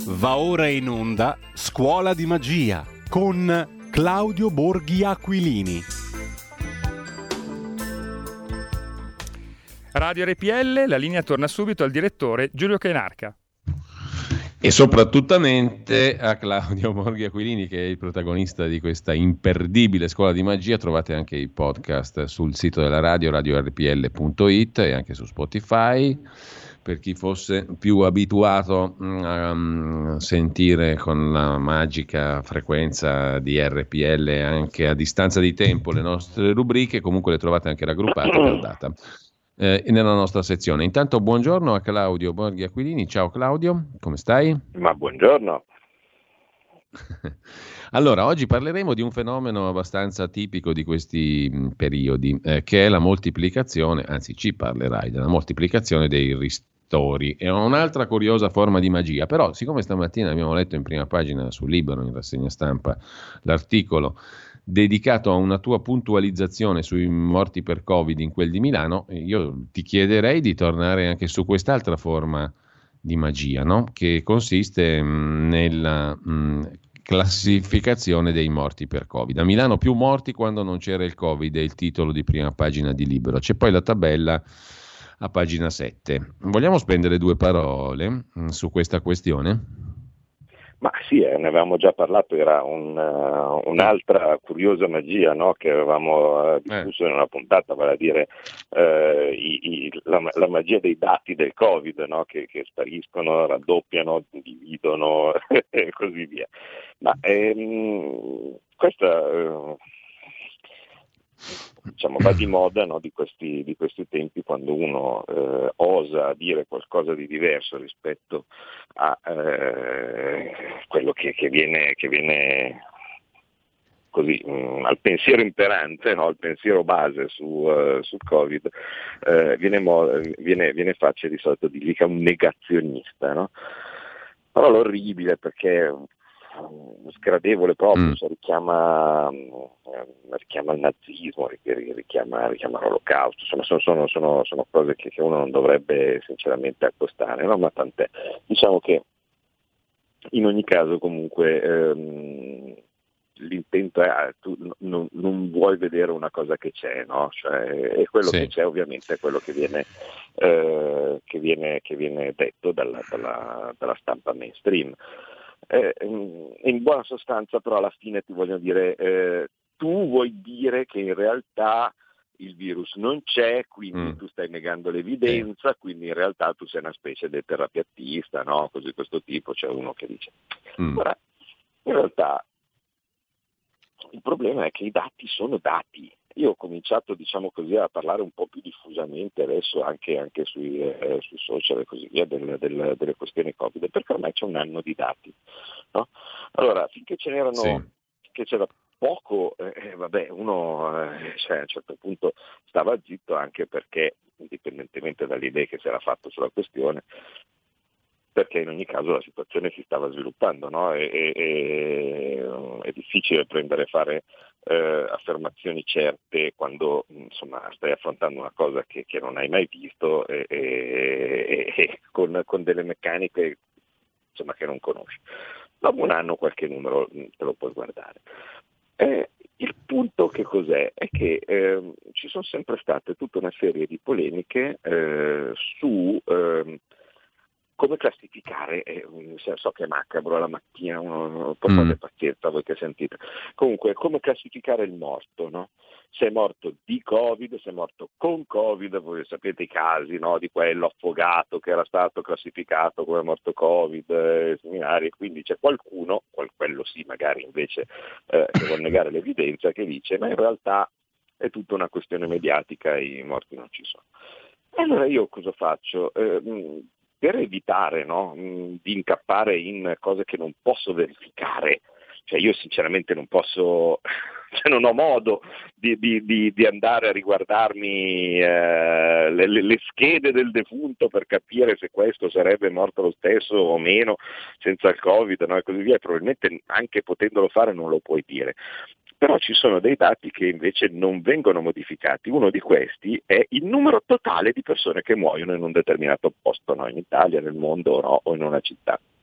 Va ora in onda Scuola di Magia con Claudio Borghi Aquilini. Radio RPL, la linea torna subito al direttore Giulio Cainarca. E soprattutto a Claudio Borghi Aquilini, che è il protagonista di questa imperdibile Scuola di Magia. Trovate anche i podcast sul sito della radio, radiorpl.it, e anche su Spotify, per chi fosse più abituato a sentire con la magica frequenza di RPL anche a distanza di tempo le nostre rubriche. Comunque le trovate anche raggruppate per data nella nostra sezione. Intanto buongiorno a Claudio Borghi Aquilini. Ciao Claudio, come stai? Ma buongiorno. Allora, oggi parleremo di un fenomeno abbastanza tipico di questi periodi, che è la moltiplicazione, anzi ci parlerai della moltiplicazione dei ristori. È un'altra curiosa forma di magia, però siccome stamattina abbiamo letto in prima pagina sul Libero, in rassegna stampa, l'articolo dedicato a una tua puntualizzazione sui morti per Covid in quel di Milano, io ti chiederei di tornare anche su quest'altra forma di magia, no? Che consiste nella classificazione dei morti per Covid. A Milano più morti quando non c'era il Covid, è il titolo di prima pagina di Libero. C'è poi la tabella a pagina 7. Vogliamo spendere due parole su questa questione? Ma sì, ne avevamo già parlato, era un'altra curiosa magia, no? Che avevamo discusso in una puntata, vale a dire la magia dei dati del Covid, no? Che spariscono, raddoppiano, dividono e così via. Ma questa va di moda, no? di questi tempi, quando uno osa dire qualcosa di diverso rispetto a quello che viene così al pensiero imperante, no? Al pensiero base sul Covid, viene facile di solito dirgli che è un negazionista, no? Parola orribile, perché sgradevole proprio, richiama il nazismo, richiama l'olocausto, insomma sono cose che uno non dovrebbe sinceramente accostare, no? Ma tant'è. Diciamo che in ogni caso comunque l'intento è tu non vuoi vedere una cosa che c'è, no? Cioè, e quello che c'è ovviamente è quello che viene detto dalla stampa mainstream. In buona sostanza, però, alla fine ti voglio dire, tu vuoi dire che in realtà il virus non c'è, quindi tu stai negando l'evidenza, quindi in realtà tu sei una specie di terapeutista, no? Così, questo tipo, c'è uno che dice. Ora, in realtà il problema è che i dati sono dati. Io ho cominciato, diciamo così, a parlare un po' più diffusamente adesso anche sui social e così via delle questioni Covid, perché ormai c'è un anno di dati, no? Allora, finché c'era poco, uno a un certo punto stava zitto, anche perché, indipendentemente dalle idee che si era fatto sulla questione, perché in ogni caso la situazione si stava sviluppando, no? È difficile fare affermazioni certe quando stai affrontando una cosa che non hai mai visto e con delle meccaniche che non conosci. Dopo un anno qualche numero te lo puoi guardare. Il punto che cos'è? È che ci sono sempre state tutta una serie di polemiche su come classificare, so che è macabro la mattina, un po' fate pazienza voi che sentite, comunque come classificare il morto, no? Se è morto di Covid, se è morto con Covid, voi sapete i casi, no? Di quello affogato che era stato classificato come morto Covid, seminari, e quindi c'è qualcuno, quello sì magari invece che vuole negare l'evidenza, che dice ma in realtà è tutta una questione mediatica e i morti non ci sono. E allora io cosa faccio? Per evitare, no, di incappare in cose che non posso verificare, cioè io sinceramente non posso, non ho modo di andare a riguardarmi le schede del defunto per capire se questo sarebbe morto lo stesso o meno senza il Covid, no, e così via. Probabilmente anche potendolo fare non lo puoi dire. Però ci sono dei dati che invece non vengono modificati. Uno di questi è il numero totale di persone che muoiono in un determinato posto, no? In Italia, nel mondo, no? O in una città.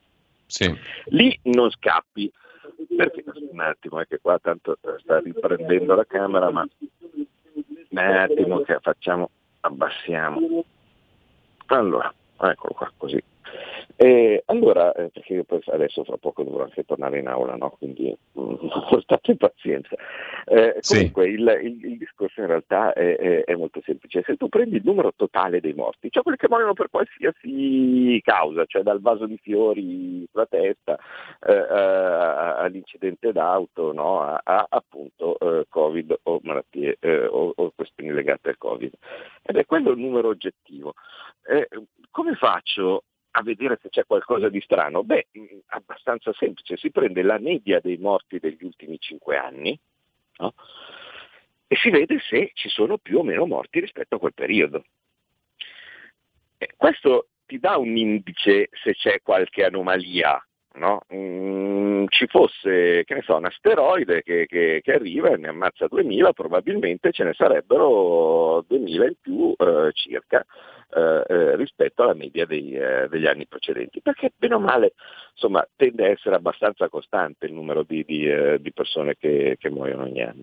Sì. Lì non scappi, perché un attimo, è che qua tanto sta riprendendo la camera, ma un attimo che abbassiamo. Allora, eccolo qua, così. Allora, perché io poi adesso fra poco dovrò anche tornare in aula, no? Quindi portate pazienza. Sì. Comunque il discorso in realtà è molto semplice. Se tu prendi il numero totale dei morti, cioè quelli che muoiono per qualsiasi causa, cioè dal vaso di fiori sulla testa all'incidente d'auto, no? a appunto Covid o malattie o questioni legate al Covid. Ed è quello il numero oggettivo. Come faccio a vedere se c'è qualcosa di strano? Beh, abbastanza semplice, si prende la media dei morti degli ultimi 5 anni, no? E si vede se ci sono più o meno morti rispetto a quel periodo. Questo ti dà un indice se c'è qualche anomalia, no? Ci fosse, che ne so, un asteroide che arriva e ne ammazza 2000, probabilmente ce ne sarebbero 2000 in più circa rispetto alla media degli anni precedenti, perché bene o male insomma tende a essere abbastanza costante il numero di persone che muoiono ogni anno.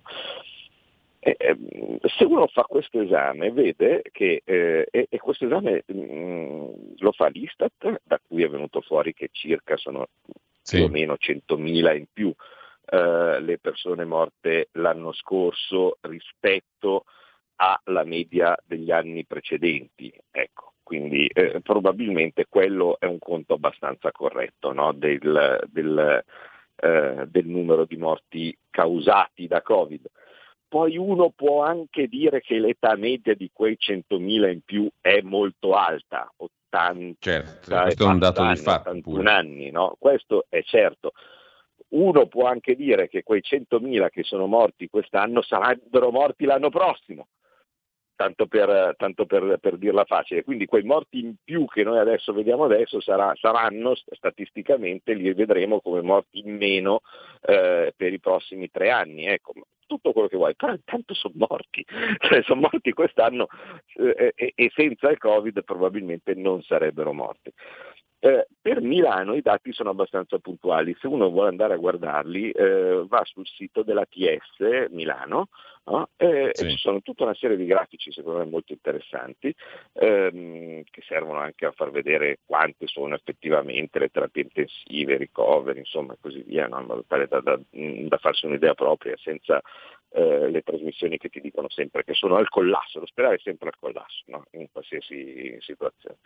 Se uno fa questo esame vede che e questo esame lo fa l'Istat, da cui è venuto fuori che circa sono più o meno 100.000 in più le persone morte l'anno scorso rispetto alla media degli anni precedenti. Ecco, quindi probabilmente quello è un conto abbastanza corretto, no? del numero di morti causati da Covid. Poi uno può anche dire che l'età media di quei 100.000 in più è molto alta, 80 certo, questo è un dato di fatto 81 pure. anni, no? Questo è certo. Uno può anche dire che quei 100.000 che sono morti quest'anno sarebbero morti l'anno prossimo, tanto per dirla facile. Quindi quei morti in più che noi adesso vediamo adesso saranno statisticamente, li vedremo come morti in meno per i prossimi 3 anni. Ecco, tutto quello che vuoi, però intanto sono morti, cioè sono morti quest'anno e senza il Covid probabilmente non sarebbero morti. Per Milano i dati sono abbastanza puntuali, se uno vuole andare a guardarli va sul sito dell'ATS Milano, no? E ci sono tutta una serie di grafici secondo me molto interessanti che servono anche a far vedere quante sono effettivamente le terapie intensive, i ricoveri, insomma e così via, no? In modo tale da farsi un'idea propria senza le trasmissioni che ti dicono sempre che sono al collasso, l'ospedale è sempre al collasso, no? In qualsiasi situazione.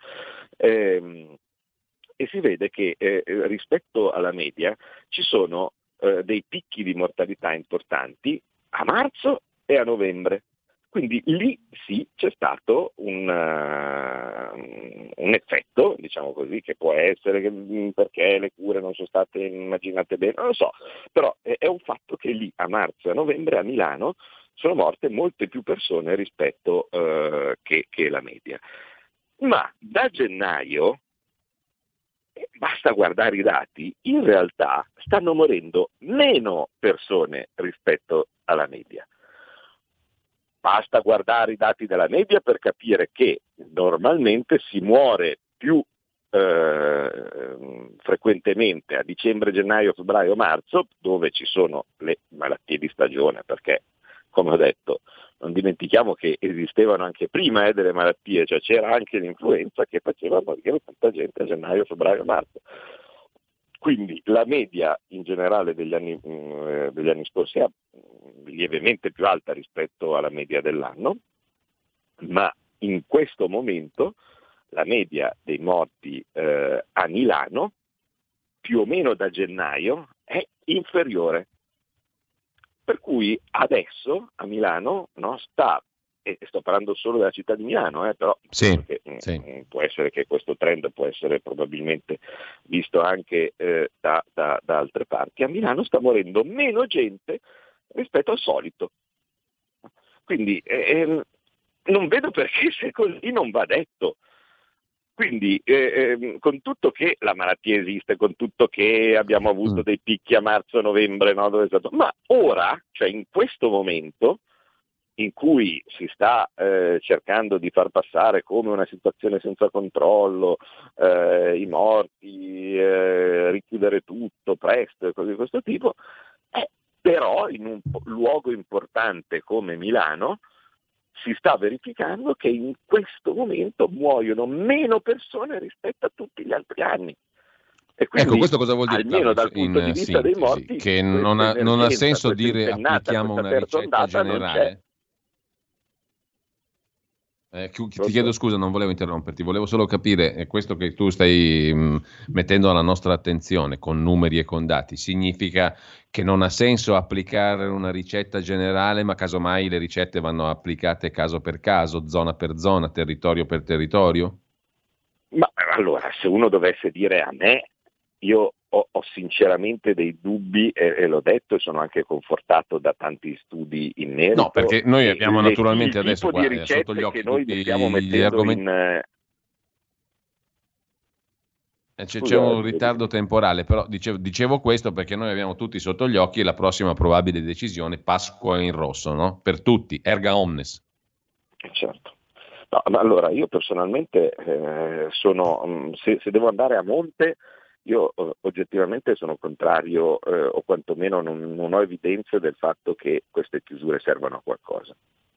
E si vede che rispetto alla media ci sono dei picchi di mortalità importanti a marzo e a novembre. Quindi lì sì c'è stato un effetto, diciamo così, che può essere perché le cure non sono state immaginate bene, non lo so, però è un fatto che lì a marzo e a novembre a Milano sono morte molte più persone rispetto che la media. Ma da gennaio, basta guardare i dati, in realtà stanno morendo meno persone rispetto alla media. Basta guardare i dati della media per capire che normalmente si muore più frequentemente a dicembre, gennaio, febbraio, marzo, dove ci sono le malattie di stagione, perché come ho detto non dimentichiamo che esistevano anche prima delle malattie, cioè c'era anche l'influenza che faceva morire tanta gente a gennaio, febbraio, marzo. Quindi la media in generale degli anni scorsi è lievemente più alta rispetto alla media dell'anno, ma in questo momento la media dei morti a Milano, più o meno da gennaio, è inferiore. Per cui adesso a Milano sta, e sto parlando solo della città di Milano, però può essere che questo trend può essere probabilmente visto anche da altre parti, a Milano sta morendo meno gente rispetto al solito. Quindi non vedo perché se così non va detto. Quindi con tutto che la malattia esiste, con tutto che abbiamo avuto dei picchi a marzo-novembre, no, dove è stato, ma ora, cioè in questo momento in cui si sta cercando di far passare come una situazione senza controllo, i morti, chiudere tutto presto e cose di questo tipo, però in un luogo importante come Milano si sta verificando che in questo momento muoiono meno persone rispetto a tutti gli altri anni. E quindi, ecco, questo cosa vuol dire, almeno Claudio, dal punto di vista dei morti, che non ha senso dire impennata, applichiamo una ricetta generale? Ti chiedo scusa, non volevo interromperti, volevo solo capire, questo che tu stai mettendo alla nostra attenzione con numeri e con dati, significa che non ha senso applicare una ricetta generale, ma casomai le ricette vanno applicate caso per caso, zona per zona, territorio per territorio? Ma allora, se uno dovesse dire a me, io ho sinceramente dei dubbi e l'ho detto e sono anche confortato da tanti studi in merito. No, perché noi abbiamo naturalmente il adesso tipo di qua sotto gli ricette occhi che noi tutti stiamo gli mettendo argomenti. C'è un ritardo temporale, però dicevo questo perché noi abbiamo tutti sotto gli occhi la prossima probabile decisione, Pasqua in rosso, no? Per tutti, erga omnes. Certo. No, ma allora io personalmente se devo andare a monte, io oggettivamente sono contrario o quantomeno non ho evidenze del fatto che queste chiusure servano a qualcosa.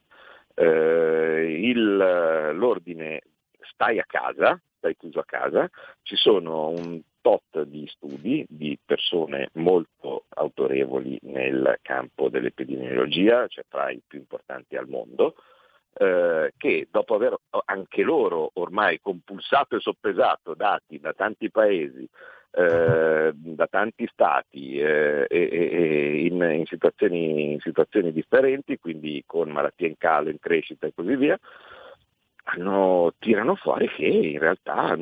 L'ordine stai a casa, stai chiuso a casa, ci sono un tot di studi di persone molto autorevoli nel campo dell'epidemiologia, cioè tra i più importanti al mondo, che dopo aver anche loro ormai compulsato e soppesato dati da tanti paesi, da tanti stati e in situazioni differenti, quindi con malattie in calo, in crescita e così via, tirano fuori che in realtà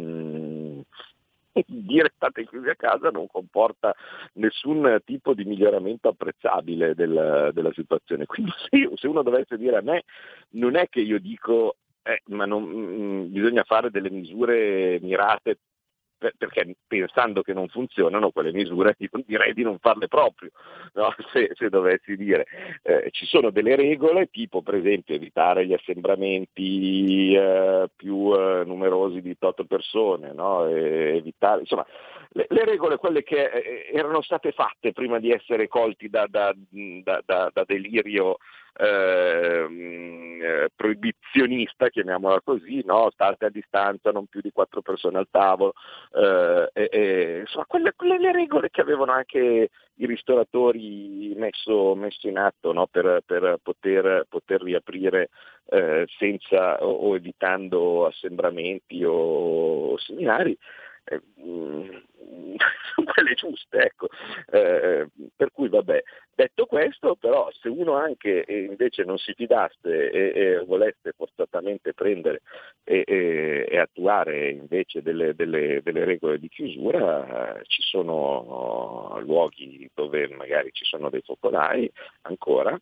dire state chiusi a casa non comporta nessun tipo di miglioramento apprezzabile della situazione. Quindi se uno dovesse dire a me, non è che io dico ma bisogna fare delle misure mirate, perché pensando che non funzionano quelle misure io direi di non farle proprio, no? Se dovessi dire ci sono delle regole, tipo per esempio evitare gli assembramenti più numerosi di 8 persone, no? Evitare, insomma, le regole, quelle che erano state fatte prima di essere colti da delirio proibizionista, chiamiamola così, no? State a distanza, non più di 4 persone al tavolo, insomma, quelle le regole che avevano anche i ristoratori messo in atto, no? per poter riaprire senza o evitando assembramenti o similari. Sono quelle giuste, ecco. Per cui vabbè, detto questo, però se uno anche invece non si fidasse e volesse forzatamente prendere e attuare invece delle regole di chiusura, ci sono luoghi dove magari ci sono dei focolai ancora,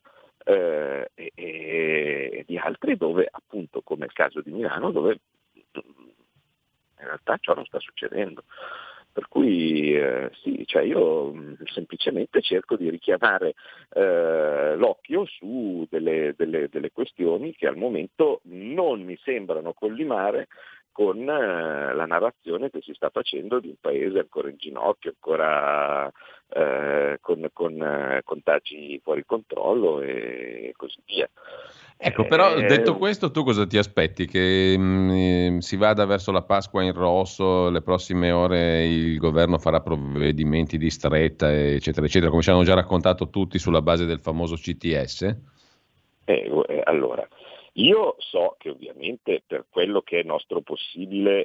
e di altri dove, appunto come il caso di Milano, dove in realtà ciò non sta succedendo. Per cui sì, cioè io semplicemente cerco di richiamare l'occhio su delle questioni che al momento non mi sembrano collimare con la narrazione che si sta facendo di un paese ancora in ginocchio, ancora con contagi fuori controllo e così via. Ecco, però detto questo, tu cosa ti aspetti? Che si vada verso la Pasqua in rosso, le prossime ore il governo farà provvedimenti di stretta, eccetera, eccetera, come ci hanno già raccontato tutti sulla base del famoso CTS? Allora, io so che ovviamente per quello che è nostro possibile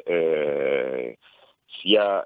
sia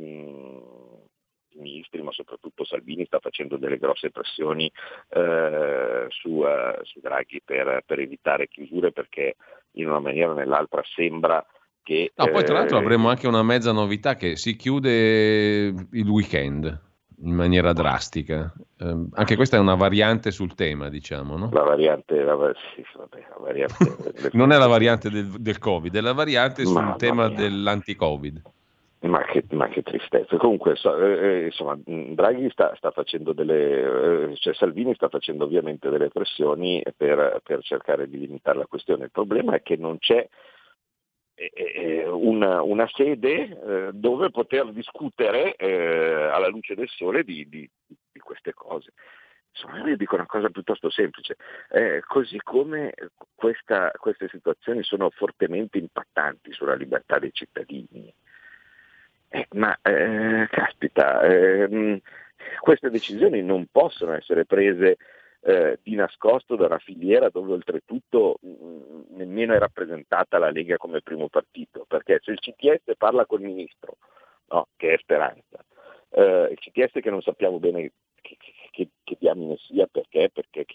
i ministri, ma soprattutto Salvini sta facendo delle grosse pressioni su Draghi per evitare chiusure, perché in una maniera o nell'altra sembra che... No, poi tra l'altro avremo anche una mezza novità, che si chiude il weekend in maniera drastica. Anche questa è una variante sul tema, diciamo, no? La variante, sì, vabbè, la variante non è la variante del Covid, è la variante sul tema mia. dell'anti-Covid. Ma che tristezza. Comunque, insomma, Draghi sta facendo cioè Salvini sta facendo ovviamente delle pressioni per cercare di limitare la questione. Il problema è che non c'è una sede dove poter discutere alla luce del sole di queste cose. Insomma, io dico una cosa piuttosto semplice, così come queste situazioni sono fortemente impattanti sulla libertà dei cittadini, caspita, queste decisioni non possono essere prese di nascosto da una filiera dove oltretutto nemmeno è rappresentata la Lega come primo partito, perché se il CTS parla col ministro, no, che è Speranza, il CTS che non sappiamo bene che diamine sia, perché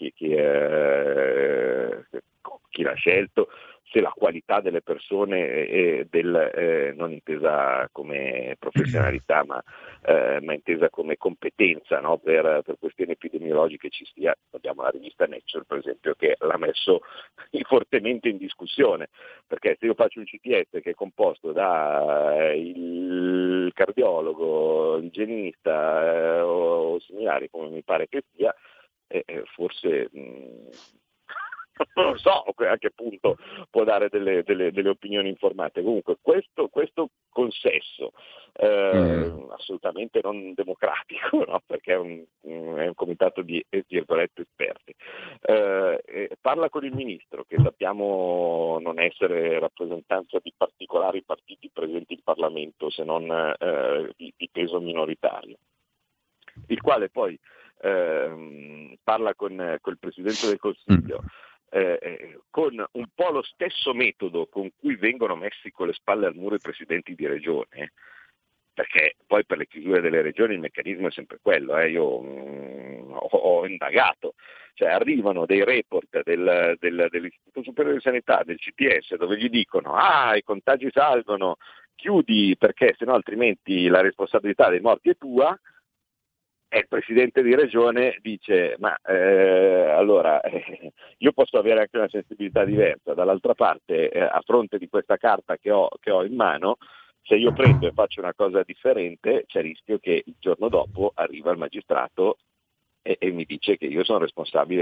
chi l'ha scelto, se la qualità delle persone non intesa come professionalità ma intesa come competenza, no? per questioni epidemiologiche ci sia. Abbiamo la rivista Nature per esempio che l'ha messo fortemente in discussione, perché se io faccio un CTS che è composto da il cardiologo, l'igienista o similari come mi pare che sia, forse non so a che punto può dare delle opinioni informate. Comunque questo consesso assolutamente non democratico, no? Perché è un comitato di virgolette esperti, parla con il ministro, che sappiamo non essere rappresentanza di particolari partiti presenti in Parlamento, se non di peso minoritario, il quale poi parla con il Presidente del Consiglio, con un po' lo stesso metodo con cui vengono messi con le spalle al muro i presidenti di regione, perché poi per le chiusure delle regioni il meccanismo è sempre quello, io ho indagato, cioè arrivano dei report dell'Istituto Superiore di Sanità, del CTS, dove gli dicono i contagi salgono, chiudi perché sennò altrimenti la responsabilità dei morti è tua. E il presidente di regione dice allora io posso avere anche una sensibilità diversa, dall'altra parte a fronte di questa carta che ho in mano, se io prendo e faccio una cosa differente c'è il rischio che il giorno dopo arriva il magistrato e mi dice che io sono responsabile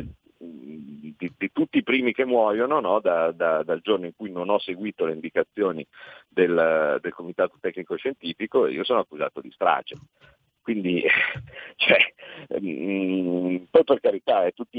di tutti i primi che muoiono, no? Dal giorno in cui non ho seguito le indicazioni del comitato tecnico scientifico, e io sono accusato di strage. Quindi, poi per carità, tutti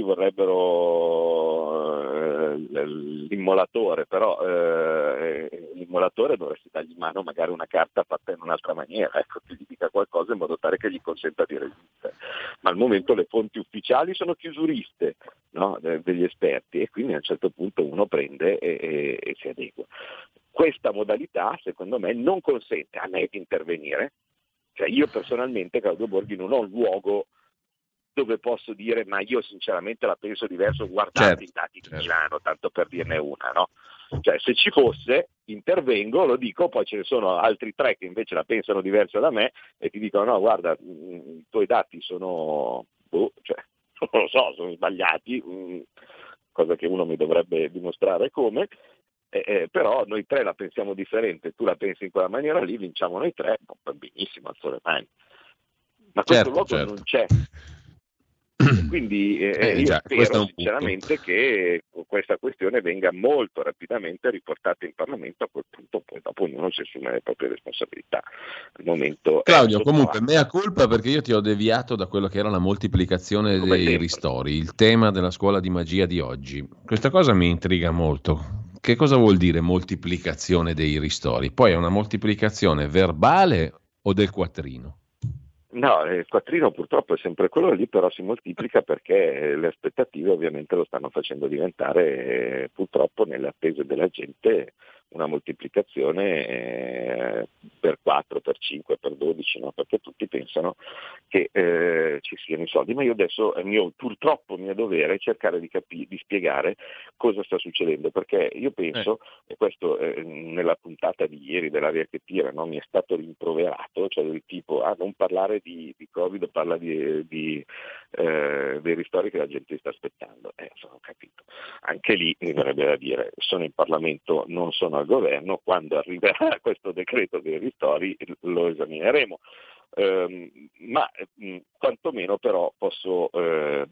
vorrebbero l'immolatore, però l'immolatore dovresti dargli in mano magari una carta fatta in un'altra maniera, che gli dica qualcosa in modo tale che gli consenta di resistere. Ma al momento le fonti ufficiali sono chiusuriste, no? Degli esperti, e quindi a un certo punto uno prende e si adegua. Questa modalità, secondo me, non consente a me di intervenire. Cioè io personalmente, Claudio Borghi, non ho un luogo dove posso dire ma io sinceramente la penso diverso, guardate i dati di Milano, tanto per dirne una, no? Cioè se ci fosse, intervengo, lo dico, poi ce ne sono altri 3 che invece la pensano diverso da me e ti dicono no, guarda, i tuoi dati sono, non lo so, sono sbagliati, cosa che uno mi dovrebbe dimostrare come. Però noi 3 la pensiamo differente, tu la pensi in quella maniera lì, vinciamo noi 3, va benissimo, alzo le mani. Ma questo luogo non c'è. Quindi io spero sinceramente che questa questione venga molto rapidamente riportata in Parlamento, a quel punto poi dopo ognuno si assume le proprie responsabilità. Al momento Claudio, comunque mea culpa perché io ti ho deviato da quello che era la moltiplicazione dei ristori, il tema della scuola di magia di oggi. Questa cosa mi intriga molto. Che cosa vuol dire moltiplicazione dei ristori? Poi è una moltiplicazione verbale o del quattrino? No, il quattrino purtroppo è sempre quello lì, però si moltiplica perché le aspettative ovviamente lo stanno facendo diventare purtroppo nelle attese della gente una moltiplicazione per 4, per 5, per 12, no? Perché tutti pensano che ci siano i soldi, ma io adesso purtroppo mio dovere è cercare di spiegare cosa sta succedendo, perché io penso, e questo nella puntata di ieri dell'Aria che tira, no? Mi è stato rimproverato, cioè del tipo non parlare di Covid, parla dei ristori che la gente sta aspettando. Sono capito. Anche lì mi verrebbe da dire, sono in Parlamento, non sono al governo, quando arriverà questo decreto dei ristori lo esamineremo. Ma quantomeno però posso dare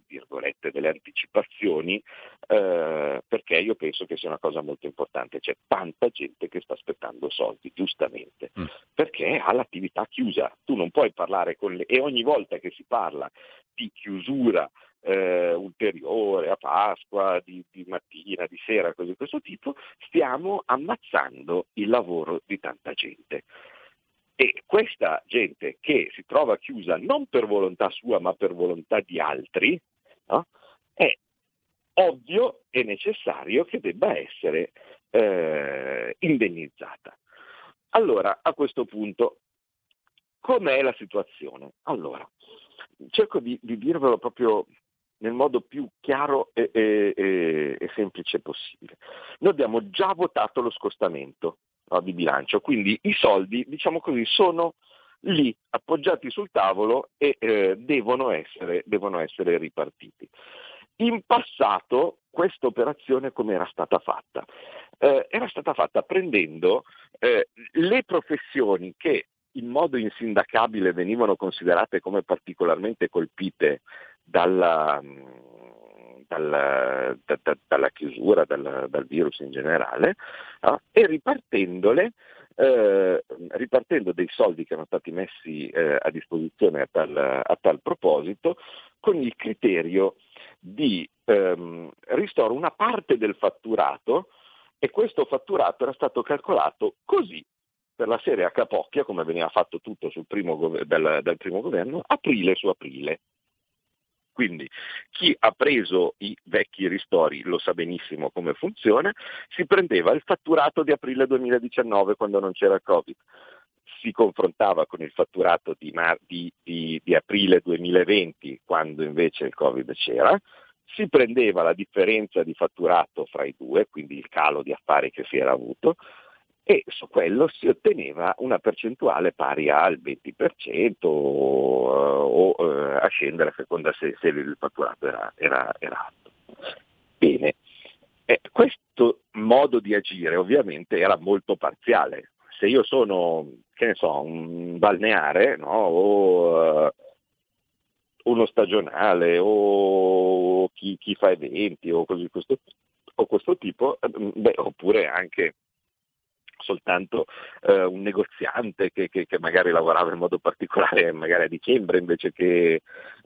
virgolette, delle anticipazioni, perché io penso che sia una cosa molto importante. C'è tanta gente che sta aspettando soldi, giustamente, perché ha l'attività chiusa. Tu non puoi parlare e ogni volta che si parla di chiusura ulteriore a Pasqua, di mattina, di sera, cose di questo tipo, stiamo ammazzando il lavoro di tanta gente. E questa gente che si trova chiusa non per volontà sua ma per volontà di altri, no? È ovvio e necessario che debba essere indennizzata. Allora, a questo punto, com'è la situazione? Allora, cerco di dirvelo proprio nel modo più chiaro e semplice possibile. Noi abbiamo già votato lo scostamento, no, di bilancio, quindi i soldi, diciamo così, sono lì appoggiati sul tavolo e devono essere ripartiti. In passato questa operazione come era stata fatta? Era stata fatta prendendo le professioni che in modo insindacabile venivano considerate come particolarmente colpite dalla chiusura, dal virus in generale, e ripartendo dei soldi che erano stati messi a disposizione a tal proposito, con il criterio di ristoro una parte del fatturato, e questo fatturato era stato calcolato così, per la serie a capocchia, come veniva fatto tutto dal primo governo, aprile su aprile. Quindi chi ha preso i vecchi ristori lo sa benissimo come funziona, si prendeva il fatturato di aprile 2019 quando non c'era il Covid, si confrontava con il fatturato di aprile 2020 quando invece il Covid c'era, si prendeva la differenza di fatturato fra i due, quindi il calo di affari che si era avuto, e su quello si otteneva una percentuale pari al 20% o a scendere a seconda se il fatturato era alto. Bene, questo modo di agire ovviamente era molto parziale. Se io sono, che ne so, un balneare, no, o uno stagionale o chi fa eventi o così questo tipo, oppure anche soltanto un negoziante che magari lavorava in modo particolare magari a dicembre invece che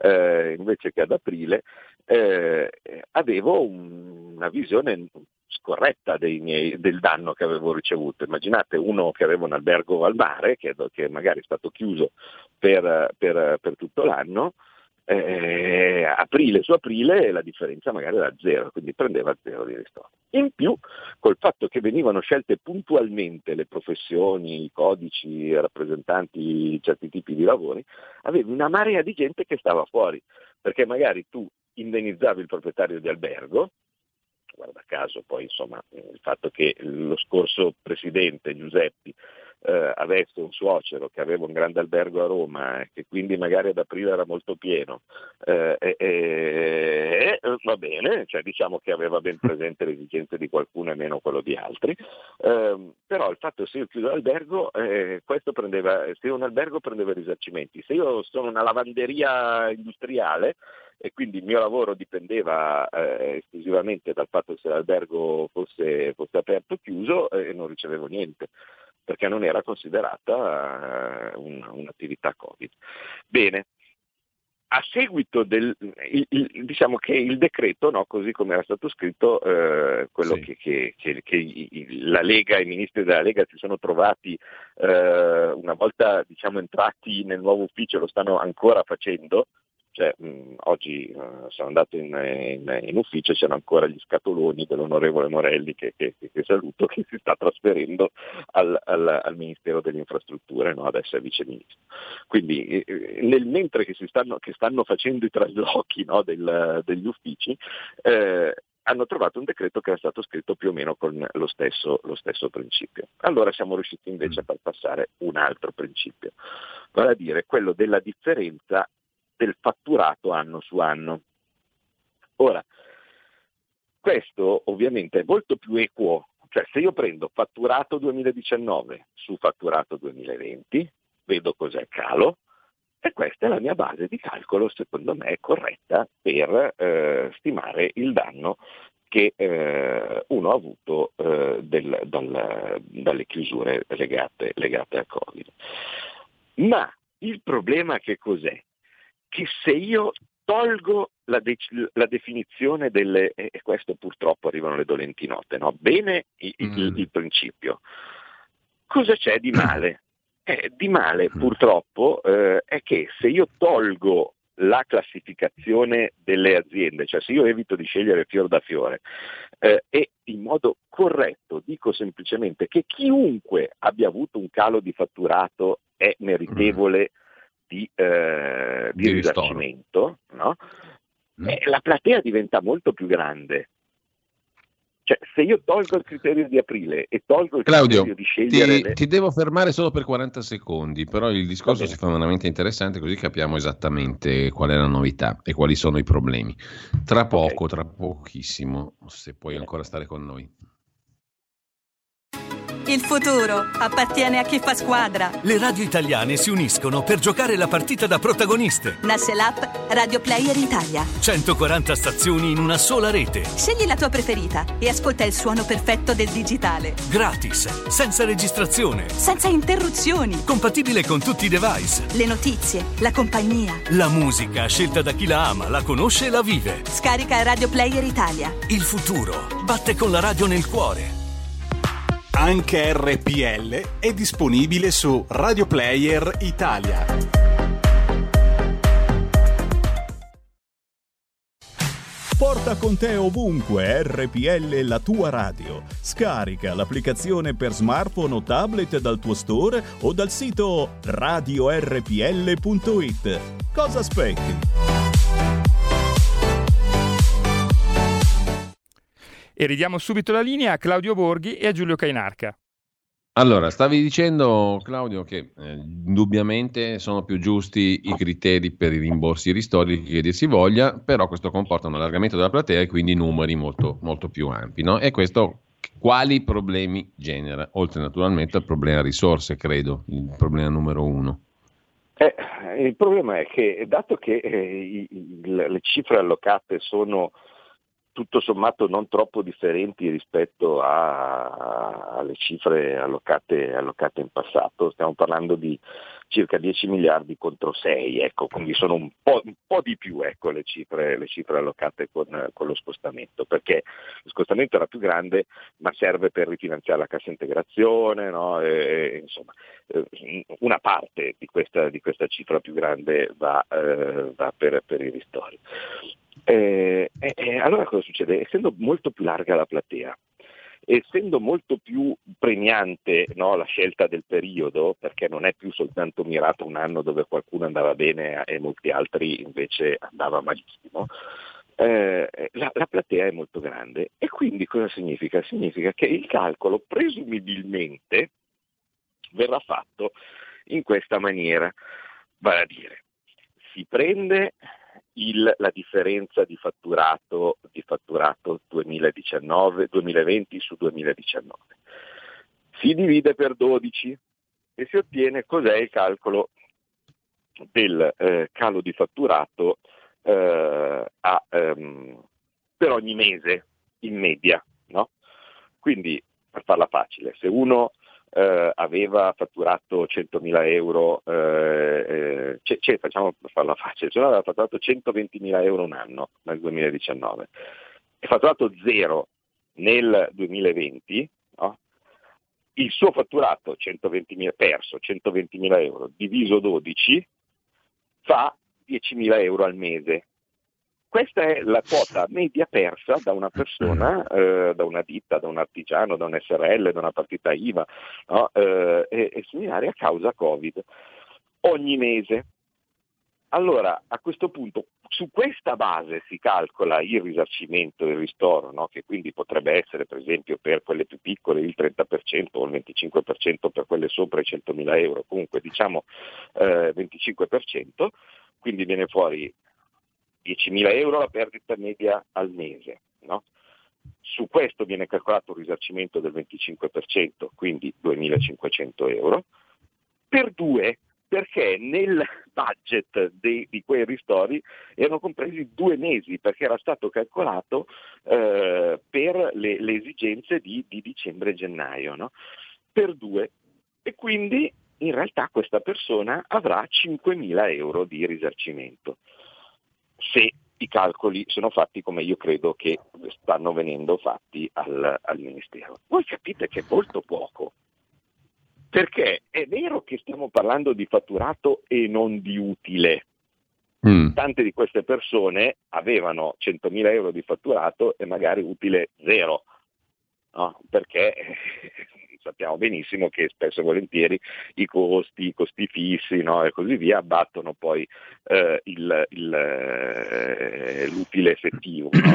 ad aprile, avevo una visione scorretta del danno che avevo ricevuto. Immaginate uno che aveva un albergo al mare, che magari è stato chiuso per tutto l'anno, aprile su aprile la differenza magari era zero, quindi prendeva zero di ristoro. In più, col fatto che venivano scelte puntualmente le professioni, i codici, i rappresentanti di certi tipi di lavori, avevi una marea di gente che stava fuori, perché magari tu indennizzavi il proprietario di albergo. Guarda caso poi insomma il fatto che lo scorso presidente Giuseppi avesse un suocero che aveva un grande albergo a Roma e che quindi magari ad aprile era molto pieno, va bene, cioè diciamo che aveva ben presente le esigenze di qualcuno e meno quello di altri, però il fatto se io chiudo l'albergo, se un albergo prendeva i risarcimenti, se io sono una lavanderia industriale e quindi il mio lavoro dipendeva esclusivamente dal fatto se l'albergo fosse aperto o chiuso, non ricevevo niente, perché non era considerata un'attività Covid. Bene, a seguito diciamo che il decreto, no, così come era stato scritto, quello sì, che la Lega, i ministri della Lega si sono trovati una volta diciamo entrati nel nuovo ufficio, lo stanno ancora facendo. Cioè, oggi sono andato in ufficio e c'erano ancora gli scatoloni dell'onorevole Morelli che saluto, che si sta trasferendo al Ministero delle Infrastrutture, no? Adesso è vice ministro. Quindi mentre che stanno facendo i traslochi, no, degli uffici, hanno trovato un decreto che era stato scritto più o meno con lo stesso principio. Allora siamo riusciti invece a far passare un altro principio, vale a dire quello della differenza del fatturato anno su anno. Ora, questo ovviamente è molto più equo, cioè se io prendo fatturato 2019 su fatturato 2020, vedo cos'è calo, E questa è la mia base di calcolo, secondo me corretta, per stimare il danno che uno ha avuto dalle chiusure legate al Covid. Ma il problema che cos'è? Che se io tolgo la definizione delle, e questo purtroppo arrivano le dolenti note, no? Bene il principio, cosa c'è di male? Di male purtroppo è che se io tolgo la classificazione delle aziende, cioè se io evito di scegliere fior da fiore e in modo corretto dico semplicemente che chiunque abbia avuto un calo di fatturato è meritevole di risarcimento, no? La platea diventa molto più grande. Cioè, se io tolgo il criterio di aprile e tolgo il criterio di scegliere... Ti devo fermare solo per 40 secondi, però il discorso si fa veramente interessante, così capiamo esattamente qual è la novità e quali sono i problemi. Tra poco, tra pochissimo, se puoi ancora stare con noi. Il futuro appartiene a chi fa squadra. Le radio italiane si uniscono per giocare la partita da protagoniste. Nasce l'app Radio Player Italia. 140 stazioni in una sola rete. Scegli la tua preferita e ascolta il suono perfetto del digitale. Gratis, senza registrazione. Senza interruzioni. Compatibile con tutti i device. Le notizie, la compagnia. La musica scelta da chi la ama, la conosce e la vive. Scarica Radio Player Italia. Il futuro batte con la radio nel cuore. Anche RPL è disponibile su Radio Player Italia. Porta con te ovunque RPL, la tua radio. Scarica l'applicazione per smartphone o tablet dal tuo store o dal sito radiorpl.it. Cosa aspetti? E ridiamo subito la linea a Claudio Borghi e a Giulio Cainarca. Allora, stavi dicendo, Claudio, che indubbiamente sono più giusti i criteri per i rimborsi e i ristori che dir si voglia, però questo comporta un allargamento della platea e quindi numeri molto, molto più ampi, no? E questo quali problemi genera? Oltre naturalmente al problema risorse, credo, il problema numero uno. Il problema è che, dato che le cifre allocate sono tutto sommato non troppo differenti rispetto alle cifre allocate in passato, stiamo parlando di circa 10 miliardi contro 6, ecco, quindi sono un po' di più, ecco, le cifre allocate con lo scostamento, perché lo scostamento era più grande ma serve per rifinanziare la cassa integrazione, no? Insomma, una parte di questa cifra più grande va per i ristori. Allora cosa succede? Essendo molto più larga la platea, essendo molto più premiante, no, la scelta del periodo, perché non è più soltanto mirato un anno dove qualcuno andava bene e molti altri invece andava malissimo, la platea è molto grande e quindi cosa significa? Significa che il calcolo presumibilmente verrà fatto in questa maniera, vale a dire si prende la differenza di fatturato 2020 su 2019. Si divide per 12 e si ottiene cos'è il calcolo del calo di fatturato per ogni mese in media, no? Quindi, per farla facile, se uno aveva fatturato 100.000 euro, facciamo per farla facile, se uno aveva fatturato 120.000 euro un anno nel 2019 e fatturato 0 nel 2020, no? Il suo fatturato 120.000 euro diviso 12 fa 10.000 euro al mese. Questa è la quota media persa da una persona, da una ditta, da un artigiano, da un SRL, da una partita IVA, no? E similari a causa Covid, ogni mese. Allora, a questo punto, su questa base si calcola il risarcimento e il ristoro, no? Che quindi potrebbe essere, per esempio, per quelle più piccole il 30% o il 25% per quelle sopra i 100.000 euro, comunque diciamo 25%, quindi viene fuori 10.000 euro la perdita media al mese, no? Su questo viene calcolato un risarcimento del 25%, quindi 2.500 euro, per 2, perché nel budget di quei ristori erano compresi 2 mesi, perché era stato calcolato per le esigenze di dicembre e gennaio, no? Per 2, e quindi in realtà questa persona avrà 5.000 euro di risarcimento, se i calcoli sono fatti come io credo che stanno venendo fatti al Ministero. Voi capite che è molto poco, perché è vero che stiamo parlando di fatturato e non di utile. Tante di queste persone avevano 100.000 euro di fatturato e magari utile 0, no? Perché sappiamo benissimo che spesso e volentieri i costi fissi, no? E così via abbattono poi l'utile effettivo, no?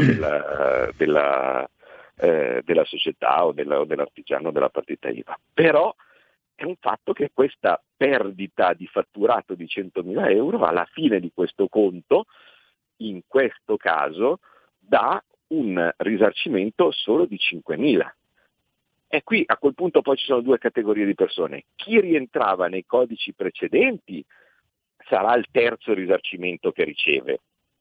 della società o dell'artigiano della partita IVA. Però è un fatto che questa perdita di fatturato di 100.000 euro alla fine di questo conto, in questo caso, dà un risarcimento solo di 5.000. E qui a quel punto poi ci sono 2 categorie di persone. Chi rientrava nei codici precedenti sarà il terzo risarcimento che riceve.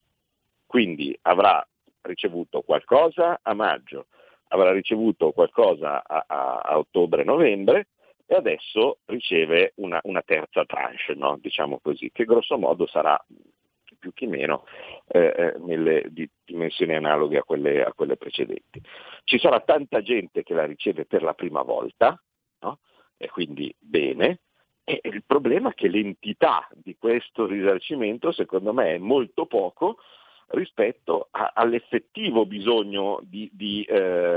Quindi avrà ricevuto qualcosa a maggio, avrà ricevuto qualcosa a ottobre-novembre, e adesso riceve una terza tranche, no? Diciamo così, che grosso modo sarà più che meno nelle dimensioni analoghe a quelle precedenti. Ci sarà tanta gente che la riceve per la prima volta, no? E quindi bene, e il problema è che l'entità di questo risarcimento secondo me è molto poco rispetto all'effettivo bisogno di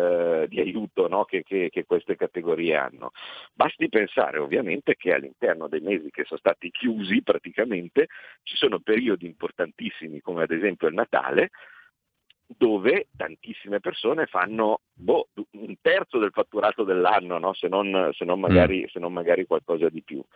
aiuto, no? che queste categorie hanno. Basti pensare ovviamente che all'interno dei mesi che sono stati chiusi praticamente ci sono periodi importantissimi come ad esempio il Natale, dove tantissime persone fanno un terzo del fatturato dell'anno, no? se non magari qualcosa di più.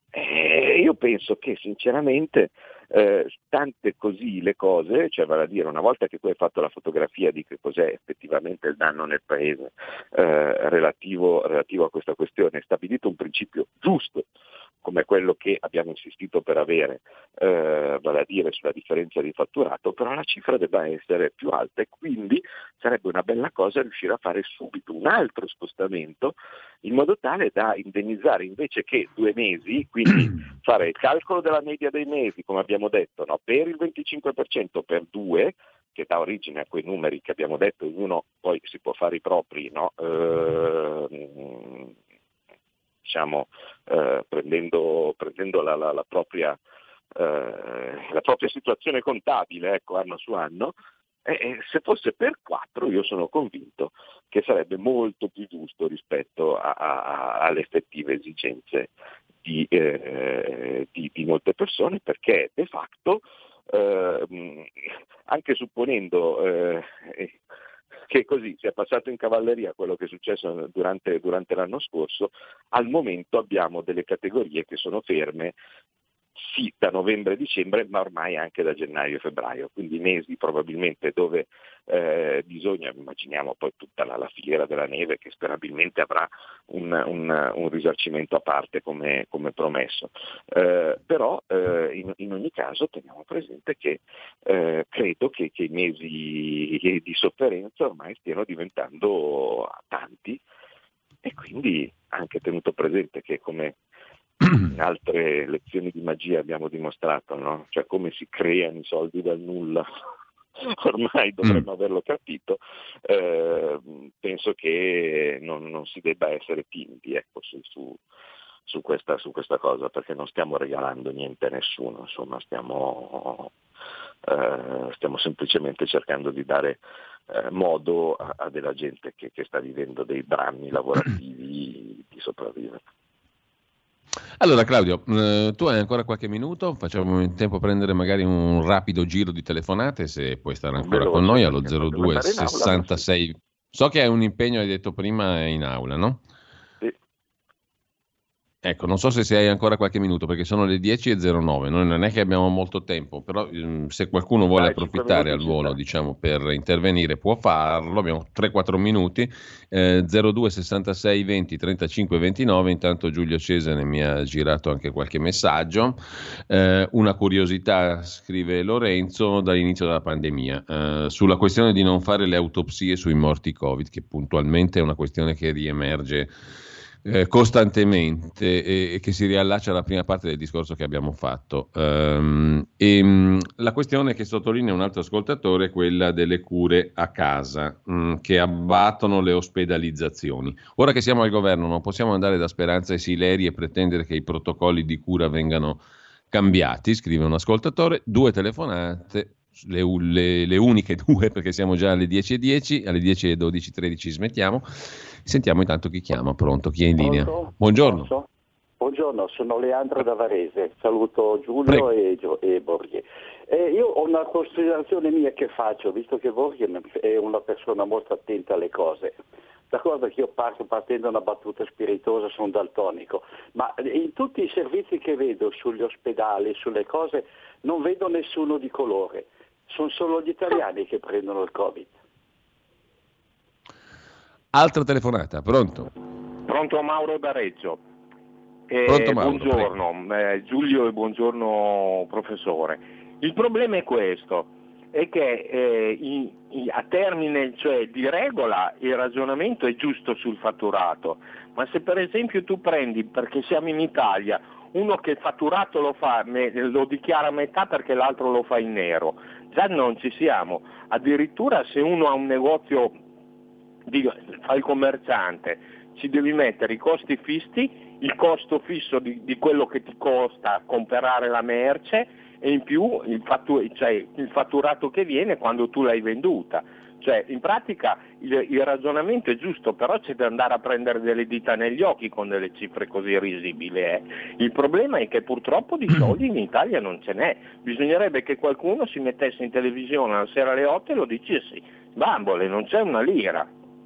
Io penso che sinceramente stante così le cose, cioè vale a dire, una volta che tu hai fatto la fotografia di che cos'è effettivamente il danno nel paese relativo a questa questione, stabilito un principio giusto come quello che abbiamo insistito per avere, vale a dire sulla differenza di fatturato, però la cifra debba essere più alta, e quindi sarebbe una bella cosa riuscire a fare subito un altro spostamento in modo tale da indennizzare, invece che 2 mesi, quindi fare il calcolo della media dei mesi, come abbiamo detto, no? Per il 25% per 2, che dà origine a quei numeri che abbiamo detto, ognuno poi si può fare i propri, no? Prendendo la propria situazione contabile, ecco, anno su anno, se fosse per 4 io sono convinto che sarebbe molto più giusto rispetto alle effettive esigenze di molte persone, perché de facto anche supponendo che così sia passato in cavalleria quello che è successo durante l'anno scorso, al momento abbiamo delle categorie che sono ferme sì da novembre e dicembre, ma ormai anche da gennaio e febbraio, quindi mesi probabilmente dove bisogna, immaginiamo poi tutta la filiera della neve che sperabilmente avrà un risarcimento a parte come promesso, però in ogni caso teniamo presente che credo che i mesi di sofferenza ormai stiano diventando tanti, e quindi anche tenuto presente che come in altre lezioni di magia abbiamo dimostrato, no? Cioè come si creano i soldi dal nulla, ormai dovremmo averlo capito, penso che non si debba essere timidi, ecco, su questa cosa, perché non stiamo regalando niente a nessuno, insomma stiamo semplicemente cercando di dare modo a della gente che sta vivendo dei drammi lavorativi di sopravvivere. Allora Claudio, tu hai ancora qualche minuto? Facciamo in tempo a prendere magari un rapido giro di telefonate, se puoi stare ancora con noi allo 02 66. So che hai un impegno, hai detto prima, in aula, no? Sì. Ecco, non so se hai ancora qualche minuto perché sono le 10:09, noi non è che abbiamo molto tempo, però se qualcuno vuole approfittare al volo, diciamo, per intervenire può farlo, abbiamo 3-4 minuti, 02 66 20 35 29, intanto Giulio Cesare mi ha girato anche qualche messaggio, una curiosità, scrive Lorenzo, dall'inizio della pandemia, sulla questione di non fare le autopsie sui morti Covid, che puntualmente è una questione che riemerge costantemente e che si riallaccia alla prima parte del discorso che abbiamo fatto. La questione che sottolinea un altro ascoltatore è quella delle cure a casa che abbattono le ospedalizzazioni. Ora che siamo al governo non possiamo andare da Speranza e Sileri e pretendere che i protocolli di cura vengano cambiati, scrive un ascoltatore. 2 telefonate, le uniche 2 perché siamo già alle 10:10, alle 10:12, 13 smettiamo. Sentiamo intanto chi chiama. Pronto? Chi è in linea? Buongiorno. Buongiorno, sono Leandro da Varese, saluto Giulio e Borghi. Io ho una considerazione mia che faccio, visto che Borghi è una persona molto attenta alle cose. D'accordo che io parto partendo da una battuta spiritosa, sono daltonico, ma in tutti i servizi che vedo, sugli ospedali, sulle cose, non vedo nessuno di colore. Sono solo gli italiani che prendono il Covid. Altra telefonata, pronto? Pronto, Mauro da Reggio. Pronto, Mauro, buongiorno Giulio e buongiorno professore. Il problema è questo, è che a termine, cioè di regola, il ragionamento è giusto sul fatturato, ma se per esempio tu prendi, perché siamo in Italia, uno che il fatturato lo dichiara a metà perché l'altro lo fa in nero, già non ci siamo. Addirittura se uno ha un negozio, fa il commerciante, ci devi mettere i costi fissi, il costo fisso di quello che ti costa comprare la merce e in più il fatturato che viene quando tu l'hai venduta. Cioè, in pratica il ragionamento è giusto, però c'è da andare a prendere delle dita negli occhi con delle cifre così risibili. Il problema è che purtroppo di soldi in Italia non ce n'è. Bisognerebbe che qualcuno si mettesse in televisione la sera alle 8 e lo dicesse: bambole, non c'è una lira.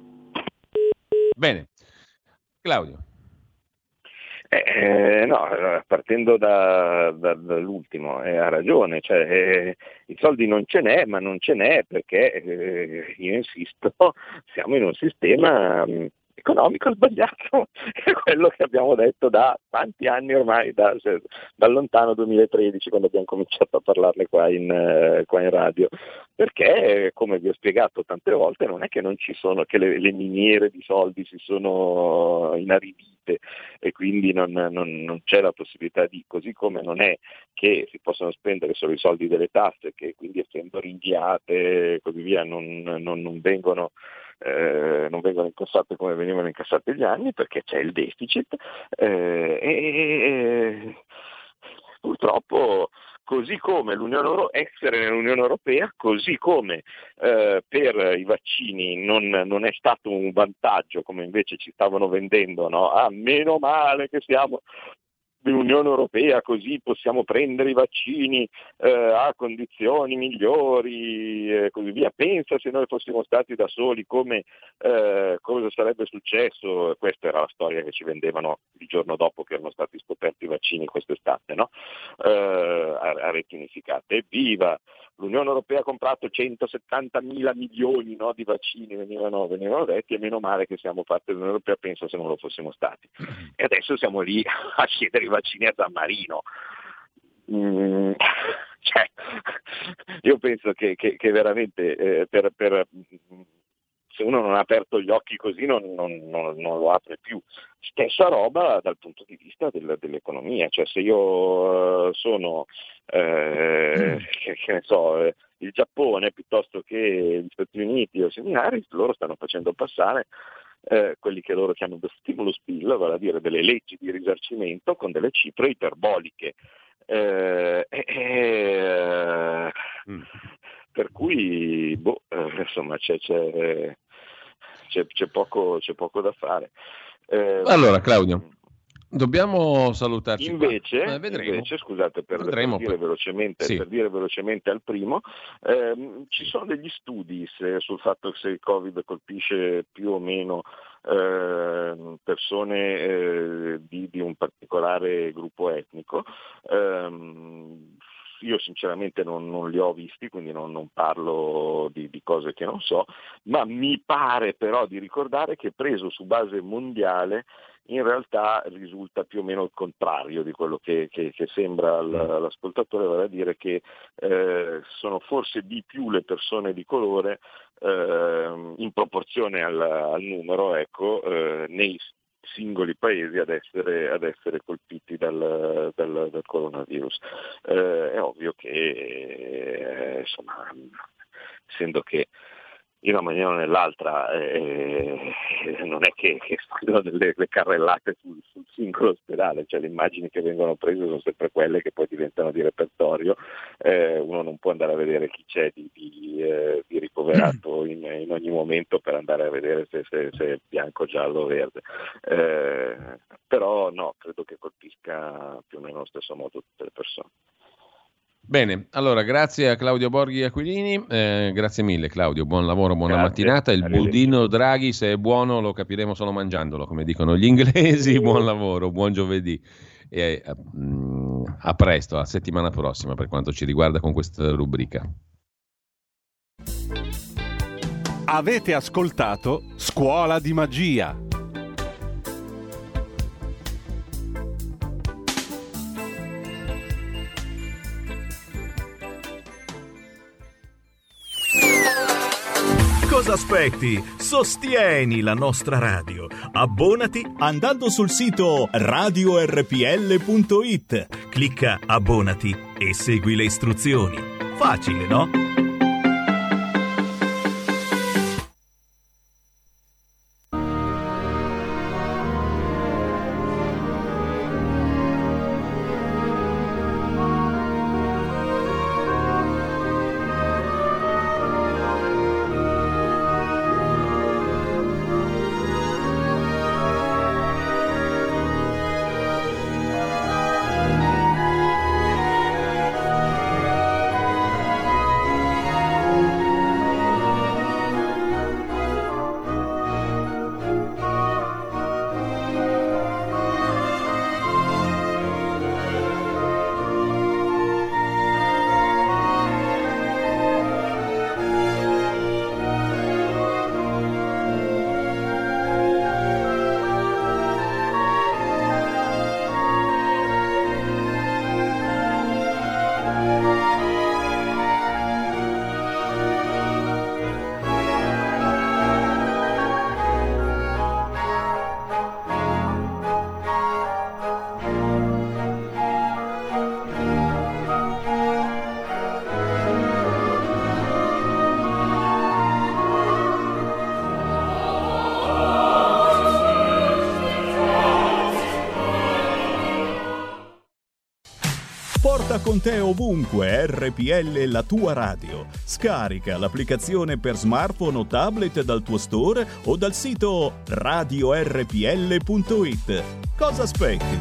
Bene. Claudio. No, partendo dall'ultimo, ha ragione, cioè, i soldi non ce n'è, ma non ce n'è perché, io insisto, siamo in un sistema economico sbagliato, è quello che abbiamo detto da tanti anni ormai, dal lontano 2013, quando abbiamo cominciato a parlarne qua in radio, perché, come vi ho spiegato tante volte, non è che non ci sono, che le miniere di soldi si sono inaridite e quindi non c'è la possibilità così come non è che si possono spendere solo i soldi delle tasse, che quindi essendo rinviate e così via non vengono incassate come venivano incassate gli anni, perché c'è il deficit e purtroppo, così come essere nell'Unione Europea, così come per i vaccini non è stato un vantaggio come invece ci stavano vendendo, no? Meno male che siamo dell'Unione Europea, così possiamo prendere i vaccini a condizioni migliori e così via. Pensa se noi fossimo stati da soli come cosa sarebbe successo. Questa era la storia che ci vendevano il giorno dopo che erano stati scoperti i vaccini quest'estate, no? A reti unificate. Evviva! L'Unione Europea ha comprato 170.000 milioni, no, di vaccini, venivano detti, e meno male che siamo parte dell'Unione Europea, penso se non lo fossimo stati. E adesso siamo lì a chiedere i vaccini a San Marino. Cioè, io penso che veramente se uno non ha aperto gli occhi così non lo apre più. Stessa roba dal punto di vista dell'economia, cioè se io sono che ne so, il Giappone piuttosto che gli Stati Uniti o similari, loro stanno facendo passare quelli che loro chiamano the stimulus bill, vale a dire delle leggi di risarcimento con delle cifre iperboliche. Per cui insomma c'è poco da fare. Allora Claudio, Dobbiamo salutarci. Invece, scusate, per dire velocemente al primo, ci sono degli studi sul fatto che se il Covid colpisce più o meno persone di un particolare gruppo etnico. Io sinceramente non li ho visti, quindi non parlo di cose che non so, ma mi pare però di ricordare che preso su base mondiale in realtà risulta più o meno il contrario di quello che sembra all'ascoltatore, vale a dire che sono forse di più le persone di colore in proporzione al numero, nei singoli paesi ad essere colpiti dal coronavirus. È ovvio che insomma, essendo che in una maniera o nell'altra non è che fanno delle carrellate sul singolo ospedale, cioè le immagini che vengono prese sono sempre quelle che poi diventano di repertorio. Uno non può andare a vedere chi c'è di ricoverato in ogni momento per andare a vedere se è bianco, giallo o verde, però no, credo che colpisca più o meno allo stesso modo tutte le persone. Bene, allora grazie a Claudio Borghi Aquilini, grazie mille Claudio, buon lavoro, buona mattinata. Il budino Draghi, se è buono lo capiremo solo mangiandolo, come dicono gli inglesi. Buon lavoro, buon giovedì e a presto, a settimana prossima per quanto ci riguarda con questa rubrica. Avete ascoltato Scuola di Magia. Cosa aspetti? Sostieni la nostra radio. Abbonati andando sul sito radiorpl.it. Clicca Abbonati e segui le istruzioni. Facile, no? Porta con te ovunque RPL, la tua radio. Scarica l'applicazione per smartphone o tablet dal tuo store o dal sito radiorpl.it. Cosa aspetti?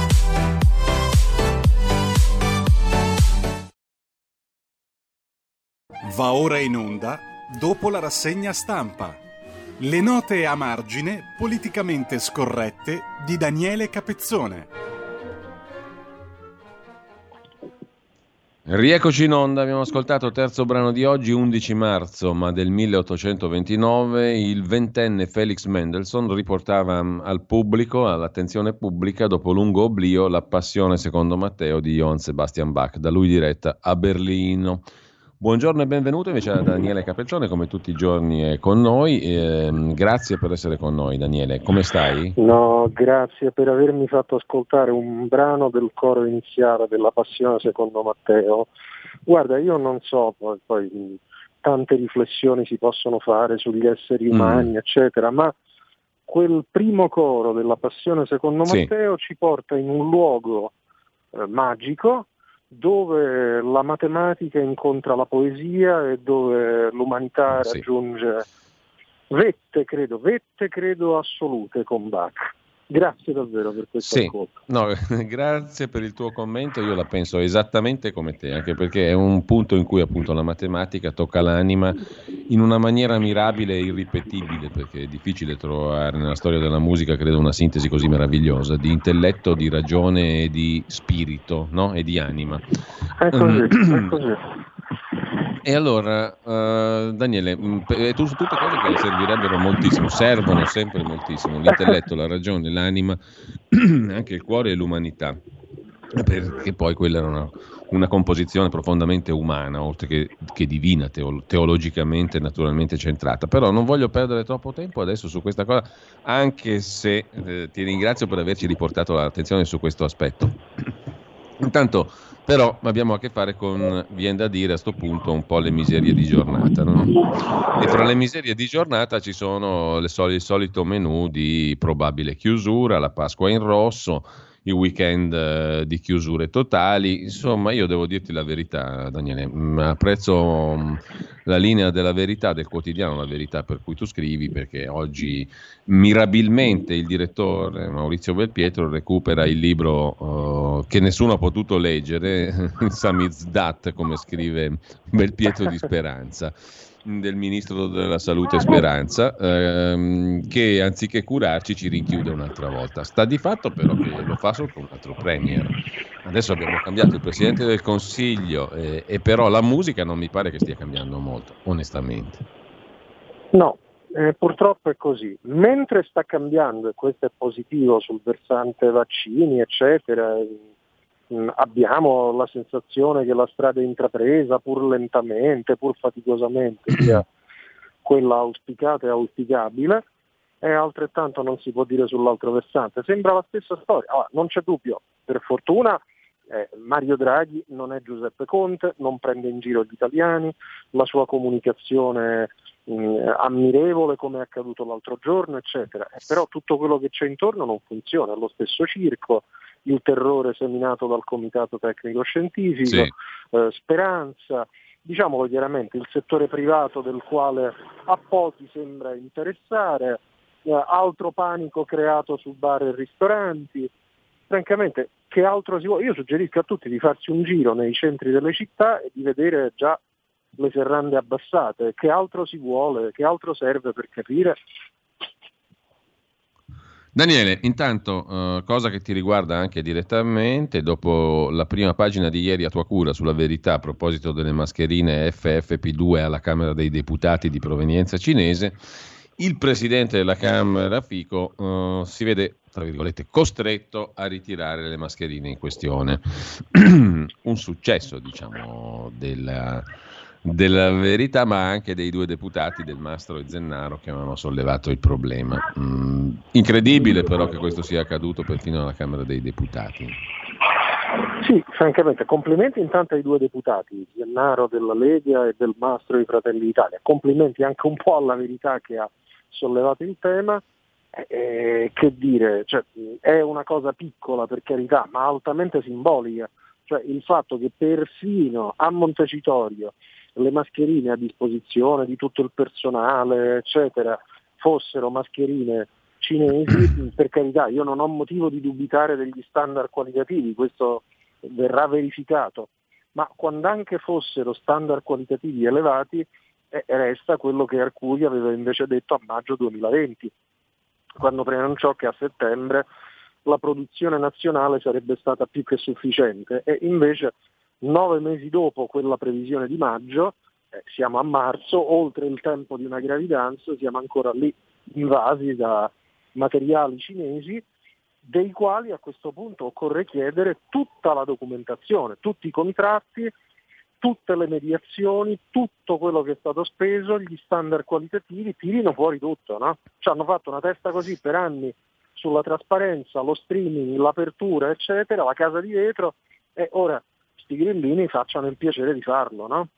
Va ora in onda, dopo la rassegna stampa, le note a margine politicamente scorrette di Daniele Capezzone. Rieccoci in onda, abbiamo ascoltato il terzo brano di oggi, 11 marzo, ma del 1829, il ventenne Felix Mendelssohn riportava al pubblico, all'attenzione pubblica, dopo lungo oblio, la Passione secondo Matteo di Johann Sebastian Bach, da lui diretta a Berlino. Buongiorno e benvenuto invece a Daniele Capezzone, come tutti i giorni è con noi. Grazie per essere con noi, Daniele. Come stai? No, grazie per avermi fatto ascoltare un brano del coro iniziale della Passione secondo Matteo. Guarda, io non so, poi tante riflessioni si possono fare sugli esseri umani, eccetera, ma quel primo coro della Passione secondo Matteo ci porta in un luogo magico, dove la matematica incontra la poesia e dove l'umanità raggiunge vette credo assolute con Bach. Grazie davvero per questo ascolto. No, grazie per il tuo commento, io la penso esattamente come te, anche perché è un punto in cui appunto la matematica tocca l'anima in una maniera mirabile e irripetibile, perché è difficile trovare nella storia della musica, credo, una sintesi così meravigliosa di intelletto, di ragione e di spirito, no? E di anima. È così. E allora, Daniele, tutte cose che servirebbero moltissimo, servono sempre moltissimo, l'intelletto, la ragione, l'anima, anche il cuore e l'umanità, perché poi quella era una composizione profondamente umana, oltre che divina, teologicamente, naturalmente centrata. Però non voglio perdere troppo tempo adesso su questa cosa, anche se ti ringrazio per averci riportato l'attenzione su questo aspetto. Intanto però abbiamo a che fare con, viene da dire a sto punto, un po' le miserie di giornata, no? E tra le miserie di giornata ci sono il solito menù di probabile chiusura, la Pasqua in rosso, i weekend di chiusure totali. Insomma, io devo dirti la verità, Daniele, apprezzo la linea della verità, del quotidiano La Verità, per cui tu scrivi, perché oggi mirabilmente il direttore Maurizio Belpietro recupera il libro che nessuno ha potuto leggere, Samizdat, come scrive Belpietro, di Speranza, del ministro della salute Speranza, che anziché curarci ci rinchiude un'altra volta. Sta di fatto però che lo fa sotto un altro premier. Adesso abbiamo cambiato il Presidente del Consiglio, e però la musica non mi pare che stia cambiando molto, onestamente. No, purtroppo è così. Mentre sta cambiando, e questo è positivo sul versante vaccini, eccetera, abbiamo la sensazione che la strada intrapresa, pur lentamente, pur faticosamente, sia quella auspicata e auspicabile, e altrettanto non si può dire sull'altro versante. Sembra la stessa storia. Allora, non c'è dubbio, per fortuna Mario Draghi non è Giuseppe Conte, non prende in giro gli italiani, la sua comunicazione ammirevole, come è accaduto l'altro giorno, eccetera. Però tutto quello che c'è intorno non funziona, è lo stesso circo, il terrore seminato dal Comitato Tecnico Scientifico, sì. Speranza, diciamolo chiaramente, il settore privato del quale a pochi sembra interessare, altro panico creato su bar e ristoranti. Francamente, che altro si vuole? Io suggerisco a tutti di farsi un giro nei centri delle città e di vedere già le serrande abbassate. Che altro si vuole? Che altro serve per capire? Daniele, intanto, cosa che ti riguarda anche direttamente, dopo la prima pagina di ieri a tua cura sulla Verità a proposito delle mascherine FFP2 alla Camera dei Deputati di provenienza cinese, il presidente della Camera, Fico, si vede, tra virgolette, costretto a ritirare le mascherine in questione. Un successo, diciamo, della Verità, ma anche dei due deputati, Del Mastro e Zennaro, che avevano sollevato il problema. Incredibile però che questo sia accaduto perfino alla Camera dei Deputati. Sì, francamente, complimenti intanto ai due deputati, Zennaro della Lega e Del Mastro di Fratelli d'Italia. Complimenti anche un po' alla Verità che ha sollevato il tema. Che dire, cioè, è una cosa piccola, per carità, ma altamente simbolica. Cioè il fatto che persino a Montecitorio le mascherine a disposizione di tutto il personale, eccetera, fossero mascherine cinesi, per carità, io non ho motivo di dubitare degli standard qualitativi, questo verrà verificato, ma quando anche fossero standard qualitativi elevati, resta quello che Arcuri aveva invece detto a maggio 2020, quando preannunciò che a settembre la produzione nazionale sarebbe stata più che sufficiente, e invece 9 mesi dopo quella previsione di maggio, siamo a marzo, oltre il tempo di una gravidanza, siamo ancora lì invasi da materiali cinesi, dei quali a questo punto occorre chiedere tutta la documentazione, tutti i contratti, tutte le mediazioni, tutto quello che è stato speso, gli standard qualitativi, tirino fuori tutto, no? Ci hanno fatto una testa così per anni sulla trasparenza, lo streaming, l'apertura, eccetera, la casa di vetro, e ora sti grillini facciano il piacere di farlo, no?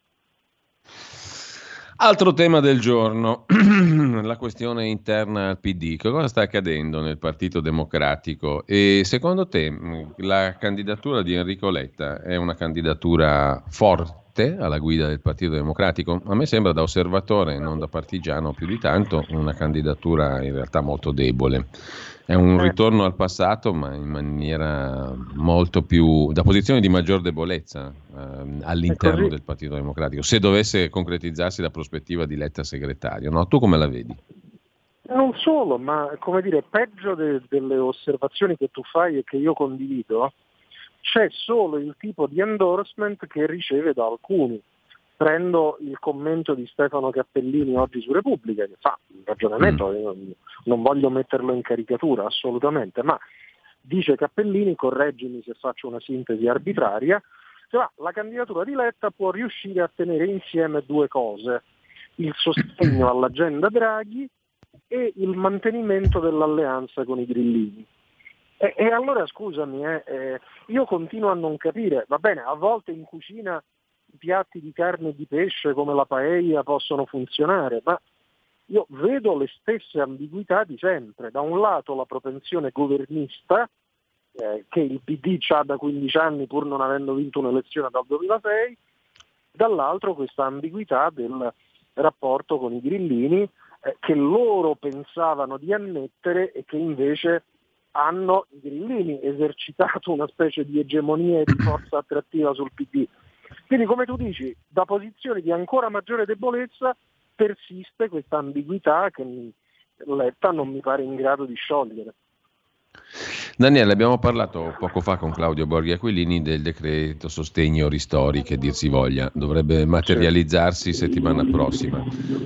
Altro tema del giorno, la questione interna al PD. Che cosa sta accadendo nel Partito Democratico? E secondo te la candidatura di Enrico Letta è una candidatura forte forte alla guida del Partito Democratico? A me sembra, da osservatore, non da partigiano più di tanto, una candidatura in realtà molto debole. È un ritorno al passato, ma in maniera molto più, da posizione di maggior debolezza all'interno del Partito Democratico, se dovesse concretizzarsi la prospettiva di Letta segretario, no? Tu come la vedi? Non solo, ma come dire, peggio delle osservazioni che tu fai e che io condivido, c'è solo il tipo di endorsement che riceve da alcuni. Prendo il commento di Stefano Cappellini oggi su Repubblica, che fa un ragionamento, non voglio metterlo in caricatura assolutamente, ma dice Cappellini, correggimi se faccio una sintesi arbitraria, cioè, la candidatura di Letta può riuscire a tenere insieme due cose: il sostegno all'agenda Draghi e il mantenimento dell'alleanza con i grillini. E allora scusami, io continuo a non capire, va bene, a volte in cucina i piatti di carne e di pesce come la paella possono funzionare, ma io vedo le stesse ambiguità di sempre. Da un lato la propensione governista, che il PD ha da 15 anni pur non avendo vinto un'elezione dal 2006, dall'altro questa ambiguità del rapporto con i grillini, che loro pensavano di annettere e che invece hanno i grillini esercitato una specie di egemonia e di forza attrattiva sul PD. Quindi, come tu dici, da posizioni di ancora maggiore debolezza persiste questa ambiguità che Letta non mi pare in grado di sciogliere. Daniele, abbiamo parlato poco fa con Claudio Borghi Aquilini del decreto sostegno ristori, che dir si voglia dovrebbe materializzarsi settimana prossima.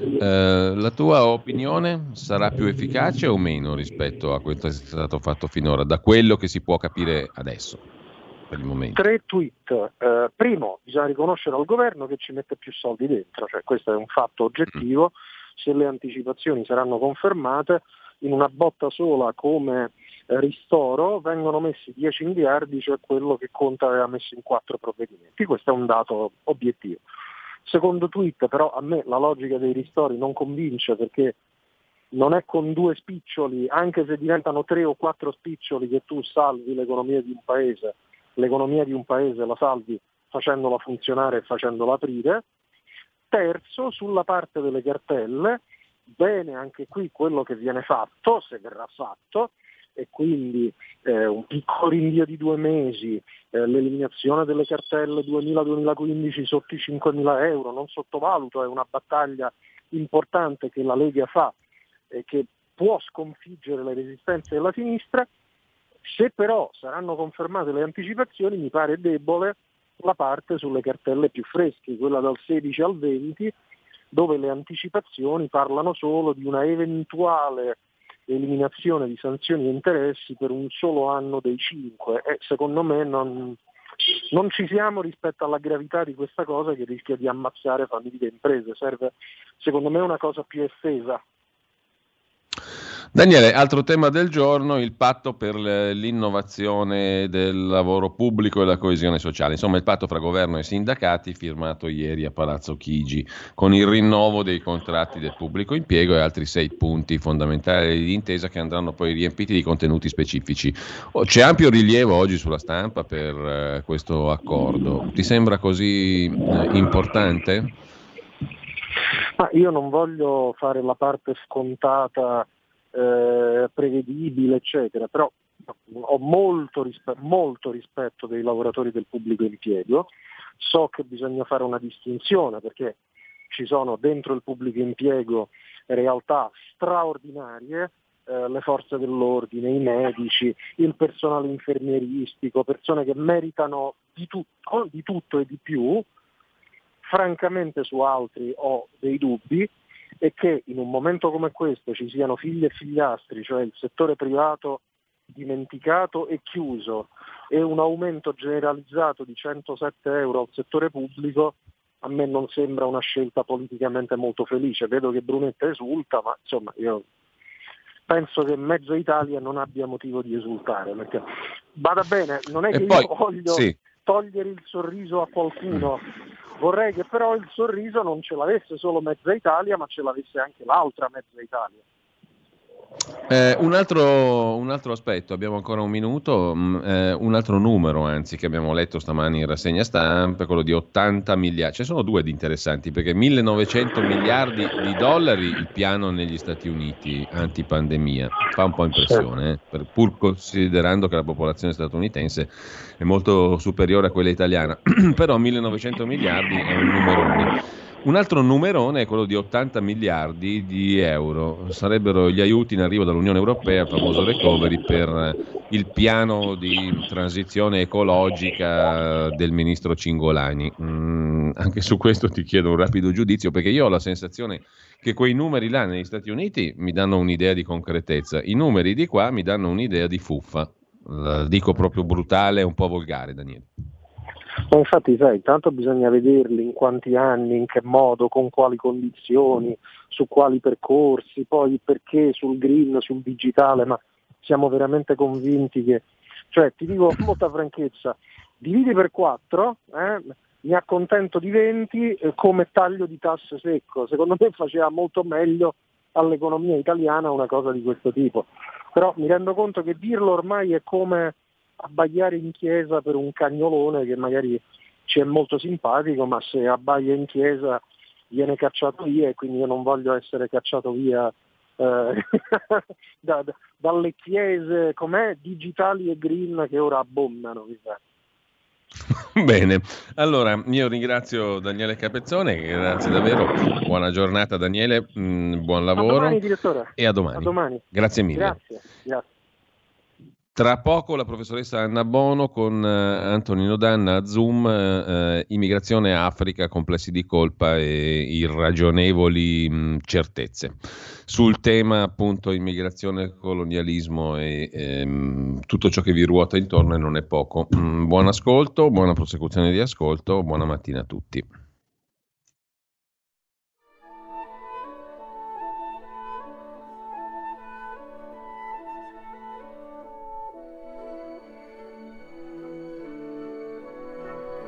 La tua opinione sarà più efficace o meno rispetto a quello che è stato fatto finora, da quello che si può capire adesso, per il momento? 3 tweet. Primo, bisogna riconoscere al governo che ci mette più soldi dentro, cioè questo è un fatto oggettivo. Se le anticipazioni saranno confermate, in una botta sola come ristoro vengono messi 10 miliardi, cioè quello che Conte aveva messo in 4 provvedimenti. Questo è un dato obiettivo. Secondo tweet, però a me la logica dei ristori non convince, perché non è con 2 spiccioli, anche se diventano 3 o 4 spiccioli, che tu salvi l'economia di un paese. L'economia di un paese la salvi facendola funzionare e facendola aprire. Terzo, sulla parte delle cartelle, bene anche qui quello che viene fatto, se verrà fatto, e quindi un piccolo rinvio di 2 mesi, l'eliminazione delle cartelle 2000-2015 sotto i 5.000 euro, non sottovaluto, è una battaglia importante che la Lega fa e che può sconfiggere le resistenze della sinistra. Se però saranno confermate le anticipazioni, mi pare debole la parte sulle cartelle più fresche, quella dal 16 al 20, dove le anticipazioni parlano solo di una eventuale eliminazione di sanzioni e interessi per un solo anno dei 5, e secondo me non ci siamo rispetto alla gravità di questa cosa, che rischia di ammazzare famiglie e imprese. Serve secondo me una cosa più estesa. Daniele, altro tema del giorno, il patto per l'innovazione del lavoro pubblico e la coesione sociale, insomma il patto fra governo e sindacati firmato ieri a Palazzo Chigi, con il rinnovo dei contratti del pubblico impiego e altri 6 punti fondamentali di intesa che andranno poi riempiti di contenuti specifici. C'è ampio rilievo oggi sulla stampa per questo accordo, ti sembra così importante? Ma io non voglio fare la parte scontata, prevedibile, eccetera, però ho molto rispetto dei lavoratori del pubblico impiego. So che bisogna fare una distinzione, perché ci sono dentro il pubblico impiego realtà straordinarie, le forze dell'ordine, i medici, il personale infermieristico, persone che meritano di tutto e di più. Francamente su altri ho dei dubbi, e che in un momento come questo ci siano figli e figliastri, cioè il settore privato dimenticato e chiuso, e un aumento generalizzato di 107 euro al settore pubblico, a me non sembra una scelta politicamente molto felice. Vedo che Brunetta esulta, ma insomma io penso che mezza Italia non abbia motivo di esultare, perché vada bene, non è che io voglio togliere il sorriso a qualcuno. Vorrei che però il sorriso non ce l'avesse solo mezza Italia, ma ce l'avesse anche l'altra mezza Italia. Un altro aspetto, abbiamo ancora un minuto, un altro numero anzi che abbiamo letto stamani in rassegna stampa, quello di 80 miliardi, ce ne sono due di interessanti perché 1900 miliardi di dollari il piano negli Stati Uniti antipandemia, fa un po' impressione, pur considerando che la popolazione statunitense è molto superiore a quella italiana, però 1900 miliardi è un numerone. Un altro numerone è quello di 80 miliardi di euro, sarebbero gli aiuti in arrivo dall'Unione Europea, il famoso recovery, per il piano di transizione ecologica del ministro Cingolani. Anche su questo ti chiedo un rapido giudizio, perché io ho la sensazione che quei numeri là negli Stati Uniti mi danno un'idea di concretezza, i numeri di qua mi danno un'idea di fuffa, dico proprio brutale e un po' volgare, Daniele. Ma infatti sai, intanto bisogna vederli in quanti anni, in che modo, con quali condizioni, su quali percorsi, poi perché sul green, sul digitale, ma siamo veramente convinti che, cioè ti dico con molta franchezza, dividi per 4, mi accontento di 20 come taglio di tasse secco, secondo me faceva molto meglio all'economia italiana una cosa di questo tipo, però mi rendo conto che dirlo ormai è come abbaiare in chiesa per un cagnolone che magari ci è molto simpatico, ma se abbaia in chiesa viene cacciato via, e quindi io non voglio essere cacciato via dalle chiese com'è, digitali e green che ora abbondano. Bene, allora io ringrazio Daniele Capezzone, grazie davvero, buona giornata Daniele, buon lavoro. A domani, direttore. E a domani. A domani. Grazie mille. Grazie. Tra poco la professoressa Anna Bono con Antonino Danna a Zoom, immigrazione Africa, complessi di colpa e irragionevoli certezze. Sul tema appunto immigrazione, colonialismo e tutto ciò che vi ruota intorno, e non è poco. Buon ascolto, buona prosecuzione di ascolto, buona mattina a tutti.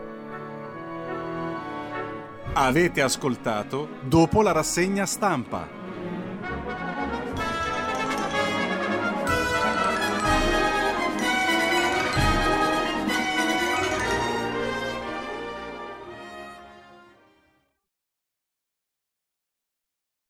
Avete ascoltato Dopo la rassegna stampa,